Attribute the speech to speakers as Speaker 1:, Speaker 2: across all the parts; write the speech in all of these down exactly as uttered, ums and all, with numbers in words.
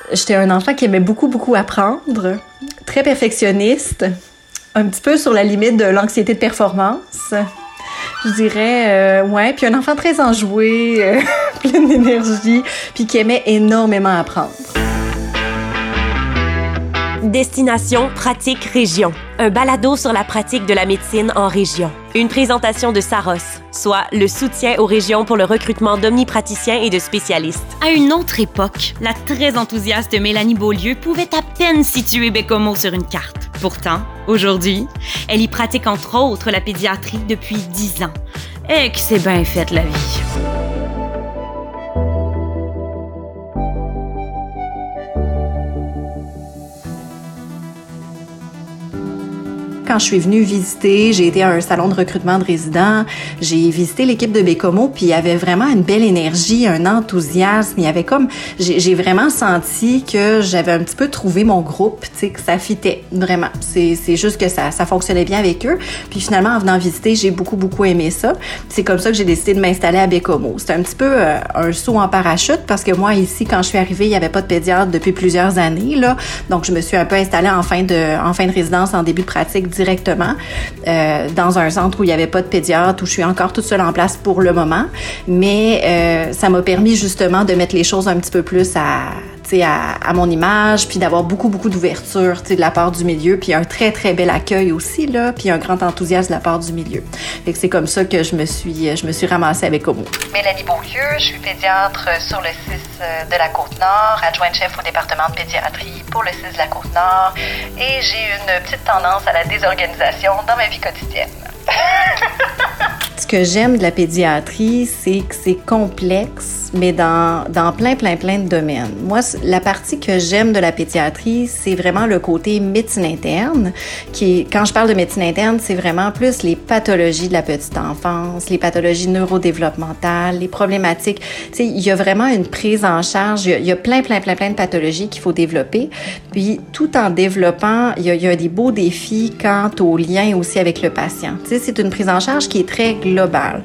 Speaker 1: J'étais un enfant qui aimait beaucoup, beaucoup apprendre, très perfectionniste, un petit peu sur la limite de l'anxiété de performance. Je dirais, euh, ouais, puis un enfant très enjoué, euh, plein d'énergie, puis qui aimait énormément apprendre.
Speaker 2: Destination Pratique Région, un balado sur la pratique de la médecine en région. Une présentation de Saros, soit le soutien aux régions pour le recrutement d'omnipraticiens et de spécialistes.
Speaker 3: À une autre époque, la très enthousiaste Mélanie Beaulieu pouvait à peine situer Baie-Comeau sur une carte. Pourtant, aujourd'hui, elle y pratique entre autres la pédiatrie depuis dix ans. Et que c'est bien fait la vie.
Speaker 1: Quand je suis venue visiter, j'ai été à un salon de recrutement de résidents, j'ai visité l'équipe de Baie-Comeau, puis il y avait vraiment une belle énergie, un enthousiasme. Il y avait comme, j'ai, j'ai vraiment senti que j'avais un petit peu trouvé mon groupe, tu sais, que ça fitait vraiment. C'est, c'est juste que ça, ça fonctionnait bien avec eux. Puis finalement, en venant visiter, j'ai beaucoup, beaucoup aimé ça. C'est comme ça que j'ai décidé de m'installer à Baie-Comeau. C'était un petit peu euh, un saut en parachute parce que moi, ici, quand je suis arrivée, il n'y avait pas de pédiatre depuis plusieurs années, là. Donc, je me suis un peu installée en fin de, en fin de résidence, en début de pratique directement euh, dans un centre où il n'y avait pas de pédiatre, où je suis encore toute seule en place pour le moment. Mais euh, ça m'a permis justement de mettre les choses un petit peu plus à, à, à mon image, puis d'avoir beaucoup, beaucoup d'ouverture de la part du milieu, puis un très, très bel accueil aussi, là, puis un grand enthousiasme de la part du milieu. Fait que c'est comme ça que je me suis, je me suis ramassée avec Baie-Comeau.
Speaker 4: Mélanie Beaulieu, je suis pédiatre sur le C I S de la Côte-Nord, adjointe chef au département de pédiatrie pour le C I S de la Côte-Nord, et j'ai une petite tendance à la désorganisation dans ma vie quotidienne.
Speaker 1: Ce que j'aime de la pédiatrie, c'est que c'est complexe, mais dans, dans plein, plein, plein de domaines. Moi, la partie que j'aime de la pédiatrie, c'est vraiment le côté médecine interne, qui est, quand je parle de médecine interne, c'est vraiment plus les pathologies de la petite enfance, les pathologies neurodéveloppementales, les problématiques. Tu sais, il y a vraiment une prise en charge, il y a, il y a plein, plein, plein, plein de pathologies qu'il faut développer. Puis, tout en développant, il y a, il y a des beaux défis quant au lien aussi avec le patient. Tu sais, c'est une prise en charge qui est très globale.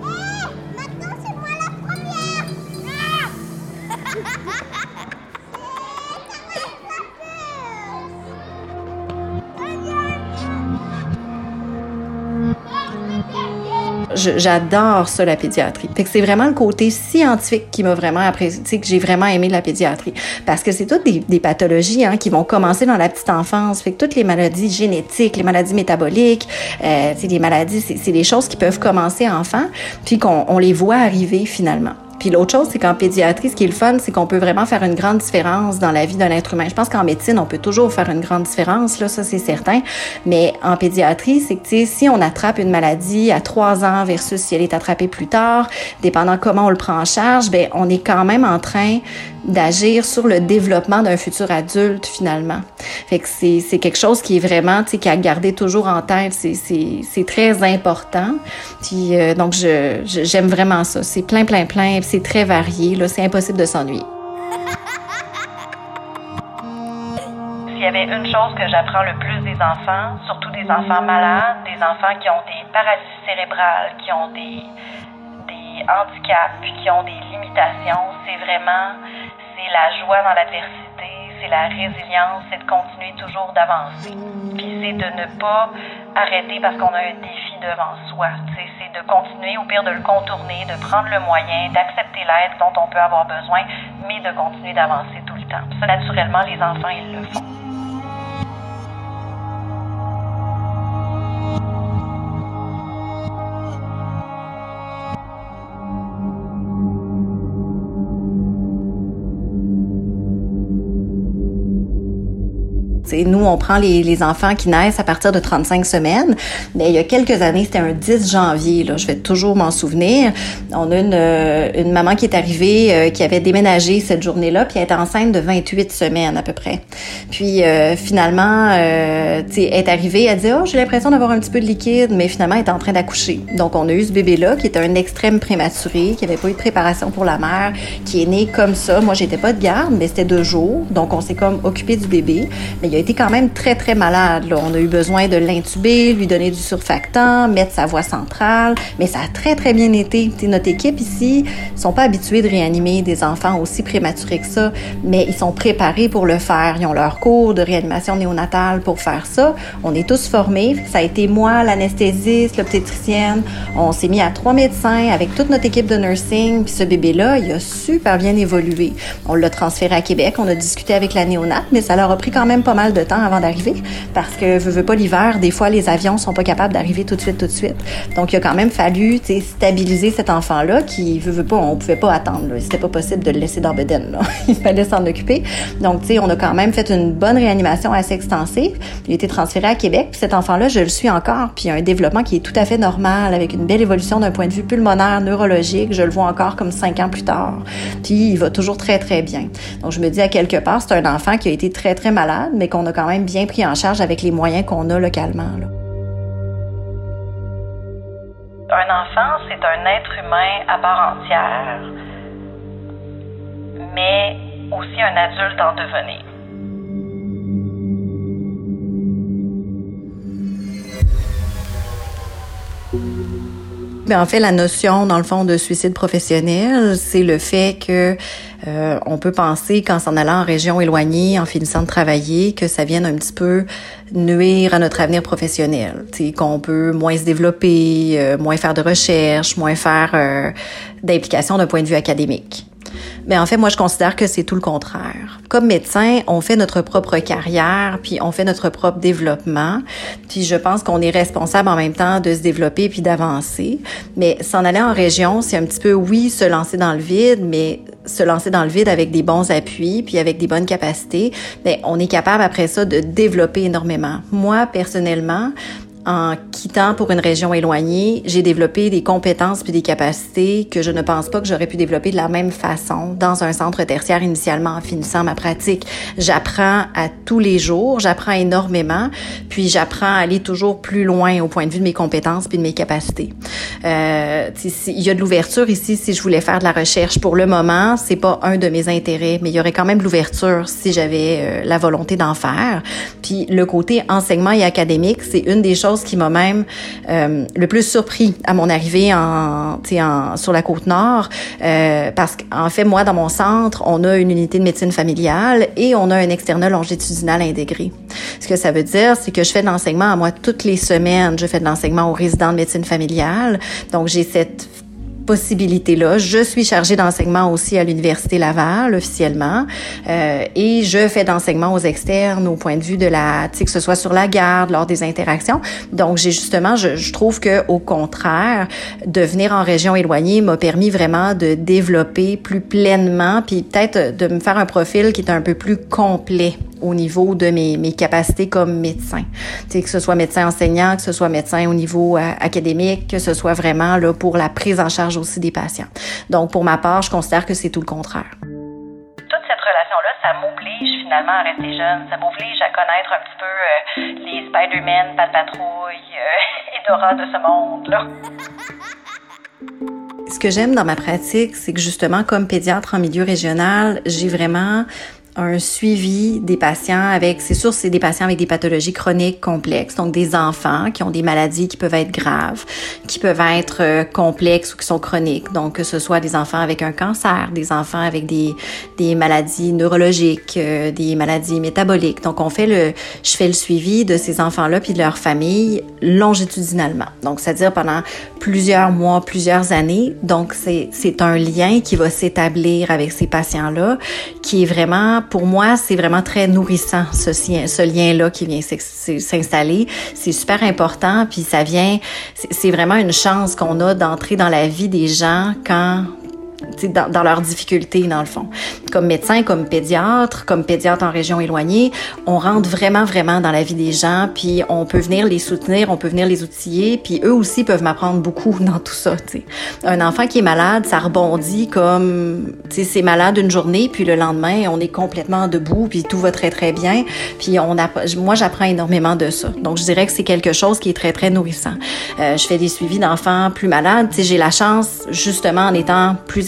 Speaker 1: J'adore ça, la pédiatrie. Fait que c'est vraiment le côté scientifique qui m'a vraiment apprécié, que j'ai vraiment aimé de la pédiatrie. Parce que c'est toutes des, des pathologies hein, qui vont commencer dans la petite enfance. Fait que toutes les maladies génétiques, les maladies métaboliques, euh, les maladies, c'est, c'est des choses qui peuvent commencer enfant, puis qu'on on les voit arriver finalement. Puis l'autre chose, c'est qu'en pédiatrie, ce qui est le fun, c'est qu'on peut vraiment faire une grande différence dans la vie d'un être humain. Je pense qu'en médecine, on peut toujours faire une grande différence, là, ça c'est certain. Mais en pédiatrie, c'est que, tu sais, si on attrape une maladie à trois ans versus si elle est attrapée plus tard, dépendant comment on le prend en charge, ben on est quand même en train d'agir sur le développement d'un futur adulte, finalement. Fait que c'est, c'est quelque chose qui est vraiment, tu sais, qui a gardé toujours en tête. C'est, c'est, c'est très important. Puis, euh, donc, je, je, j'aime vraiment ça. C'est plein, plein, plein. C'est très varié, là. C'est impossible de s'ennuyer.
Speaker 4: S'il y avait une chose que j'apprends le plus des enfants, surtout des enfants malades, des enfants qui ont des paralysies cérébrales, qui ont des, des handicaps, puis qui ont des limitations, c'est vraiment, c'est la joie dans l'adversité, c'est la résilience, c'est de continuer toujours d'avancer. Puis c'est de ne pas arrêter parce qu'on a un défi devant soi. T'sais, c'est de continuer, au pire de le contourner, de prendre le moyen, d'accepter l'aide dont on peut avoir besoin, mais de continuer d'avancer tout le temps. Puis ça, naturellement, les enfants, ils le font.
Speaker 1: T'sais, nous, on prend les, les enfants qui naissent à partir de trente-cinq semaines. Mais il y a quelques années, c'était un dix janvier, là, je vais toujours m'en souvenir. On a une, euh, une maman qui est arrivée, euh, qui avait déménagé cette journée-là, puis elle était enceinte de vingt-huit semaines à peu près. Puis euh, finalement, euh, t'sais, elle est arrivée, elle dit « Oh, j'ai l'impression d'avoir un petit peu de liquide », mais finalement, elle est en train d'accoucher. Donc, on a eu ce bébé-là qui était un extrême prématuré, qui n'avait pas eu de préparation pour la mère, qui est né comme ça. Moi, j'étais pas de garde, mais c'était deux jours. Donc, on s'est comme occupé du bébé. Mais il a été quand même très, très malade, là. On a eu besoin de l'intuber, lui donner du surfactant, mettre sa voie centrale, mais ça a très, très bien été. T'sais, notre équipe ici, ils sont pas habitués de réanimer des enfants aussi prématurés que ça, mais ils sont préparés pour le faire. Ils ont leur cours de réanimation néonatale pour faire ça. On est tous formés. Ça a été moi, l'anesthésiste, l'obstétricienne. On s'est mis à trois médecins avec toute notre équipe de nursing, puis ce bébé-là, il a super bien évolué. On l'a transféré à Québec, on a discuté avec la néonate, mais ça leur a pris quand même pas mal de temps avant d'arriver, parce que, veux, veux pas, l'hiver, des fois, les avions sont pas capables d'arriver tout de suite, tout de suite. Donc, il a quand même fallu, tu sais, stabiliser cet enfant-là qui, veux, veux pas, on pouvait pas attendre, là. C'était pas possible de le laisser dans bedaine, là. Il fallait s'en occuper. Donc, tu sais, on a quand même fait une bonne réanimation assez extensive. Il a été transféré à Québec, puis cet enfant-là, je le suis encore, puis il a un développement qui est tout à fait normal, avec une belle évolution d'un point de vue pulmonaire, neurologique. Je le vois encore comme cinq ans plus tard. Puis, il va toujours très, très bien. Donc, je me dis, à quelque part, c'est un enfant qui a été très, très malade, mais qu'on a quand même bien pris en charge avec les moyens qu'on a localement, là.
Speaker 4: Un enfant, c'est un être humain à part entière, mais aussi un adulte en devenir.
Speaker 1: Bien, en fait, la notion, dans le fond, de suicide professionnel, c'est le fait que euh, on peut penser, qu'en s'en allant en région éloignée, en finissant de travailler, que ça vienne un petit peu nuire à notre avenir professionnel. Tu sais, qu'on peut moins se développer, euh, moins faire de recherche, moins faire euh, d'implication d'un point de vue académique. Mais en fait, moi, je considère que c'est tout le contraire. Comme médecin, on fait notre propre carrière, puis on fait notre propre développement. Puis je pense qu'on est responsable en même temps de se développer puis d'avancer. Mais s'en aller en région, c'est un petit peu, oui, se lancer dans le vide, mais se lancer dans le vide avec des bons appuis puis avec des bonnes capacités. Mais on est capable après ça de développer énormément. Moi, personnellement, en quittant pour une région éloignée, j'ai développé des compétences puis des capacités que je ne pense pas que j'aurais pu développer de la même façon dans un centre tertiaire initialement en finissant ma pratique. J'apprends à tous les jours, j'apprends énormément, puis j'apprends à aller toujours plus loin au point de vue de mes compétences puis de mes capacités. Euh, il y a de l'ouverture ici si je voulais faire de la recherche. Pour le moment, c'est pas un de mes intérêts, mais il y aurait quand même de l'ouverture si j'avais euh, la volonté d'en faire. Puis le côté enseignement et académique, c'est une des choses qui m'a même euh, le plus surpris à mon arrivée en, en, sur la Côte-Nord, euh, parce qu'en fait, moi, dans mon centre, on a une unité de médecine familiale et on a un externat longitudinal intégré. Ce que ça veut dire, c'est que je fais de l'enseignement à moi toutes les semaines. Je fais de l'enseignement aux résidents de médecine familiale. Donc, j'ai cette possibilité-là. Je suis chargée d'enseignement aussi à l'Université Laval, officiellement, euh, et je fais d'enseignement aux externes au point de vue de la, tu sais, que ce soit sur la garde, lors des interactions. Donc, j'ai justement, je, je trouve que, au contraire, de venir en région éloignée m'a permis vraiment de développer plus pleinement, puis peut-être de me faire un profil qui est un peu plus complet au niveau de mes, mes capacités comme médecin. Tu sais, que ce soit médecin enseignant, que ce soit médecin au niveau euh, académique, que ce soit vraiment là pour la prise en charge aussi des patients. Donc, pour ma part, je considère que c'est tout le contraire.
Speaker 4: Toute cette relation-là, ça m'oblige finalement à rester jeune. Ça m'oblige à connaître un petit peu euh, les Spider-Man, Pat Patrouille, euh, et Dora de ce monde-là.
Speaker 1: Ce que j'aime dans ma pratique, c'est que justement, comme pédiatre en milieu régional, j'ai vraiment un suivi des patients avec, c'est sûr, c'est des patients avec des pathologies chroniques complexes, donc des enfants qui ont des maladies qui peuvent être graves, qui peuvent être euh, complexes ou qui sont chroniques. Donc, que ce soit des enfants avec un cancer, des enfants avec des, des maladies neurologiques, euh, des maladies métaboliques. Donc, on fait le, je fais le suivi de ces enfants-là puis de leur famille longitudinalement. Donc, c'est-à-dire pendant plusieurs mois, plusieurs années. Donc, c'est, c'est un lien qui va s'établir avec ces patients-là, qui est vraiment, pour moi, c'est vraiment très nourrissant, ce, ce lien-là qui vient s'installer. C'est super important, puis ça vient, c'est, c'est vraiment une chance qu'on a d'entrer dans la vie des gens quand, dans, dans leurs difficultés, dans le fond. Comme médecin, comme pédiatre, comme pédiatre en région éloignée, on rentre vraiment, vraiment dans la vie des gens, puis on peut venir les soutenir, on peut venir les outiller, puis eux aussi peuvent m'apprendre beaucoup dans tout ça, tu sais. Un enfant qui est malade, ça rebondit comme, tu sais, c'est malade une journée, puis le lendemain, on est complètement debout, puis tout va très, très bien, puis on a, moi, j'apprends énormément de ça. Donc, je dirais que c'est quelque chose qui est très, très nourrissant. Euh, je fais des suivis d'enfants plus malades, tu sais, j'ai la chance, justement, en étant plus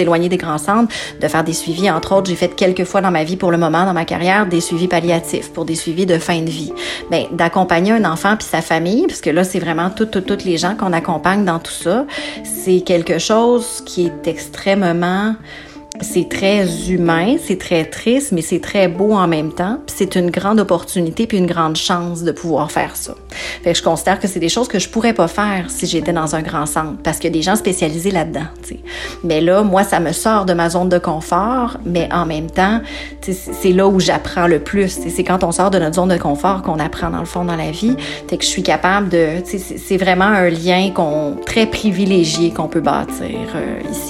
Speaker 1: s'éloigner des grands centres, de faire des suivis. Entre autres, j'ai fait quelques fois dans ma vie, pour le moment, dans ma carrière, des suivis palliatifs, pour des suivis de fin de vie. Bien, d'accompagner un enfant puis sa famille, parce que là, c'est vraiment toutes, toutes, toutes les gens qu'on accompagne dans tout ça, c'est quelque chose qui est extrêmement... C'est très humain, c'est très triste, mais c'est très beau en même temps. Puis c'est une grande opportunité puis une grande chance de pouvoir faire ça. Fait que je considère que c'est des choses que je pourrais pas faire si j'étais dans un grand centre, parce qu'il y a des gens spécialisés là-dedans, tu sais. Mais là, moi, ça me sort de ma zone de confort, mais en même temps, c'est là où j'apprends le plus. T'sais, c'est quand on sort de notre zone de confort qu'on apprend dans le fond dans la vie. Fait que je suis capable de... C'est vraiment un lien qu'on très privilégié qu'on peut bâtir euh, ici.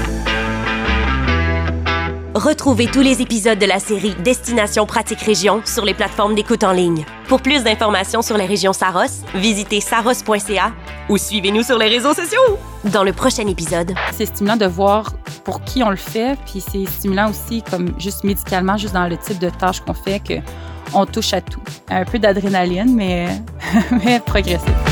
Speaker 2: Retrouvez tous les épisodes de la série Destination Pratique Région sur les plateformes d'écoute en ligne. Pour plus d'informations sur la région Saros, visitez saros point c a ou suivez-nous sur les réseaux sociaux. Dans le prochain épisode,
Speaker 5: c'est stimulant de voir pour qui on le fait, puis c'est stimulant aussi, comme juste médicalement, juste dans le type de tâche qu'on fait, qu'on touche à tout. Un peu d'adrénaline, mais, mais progressif.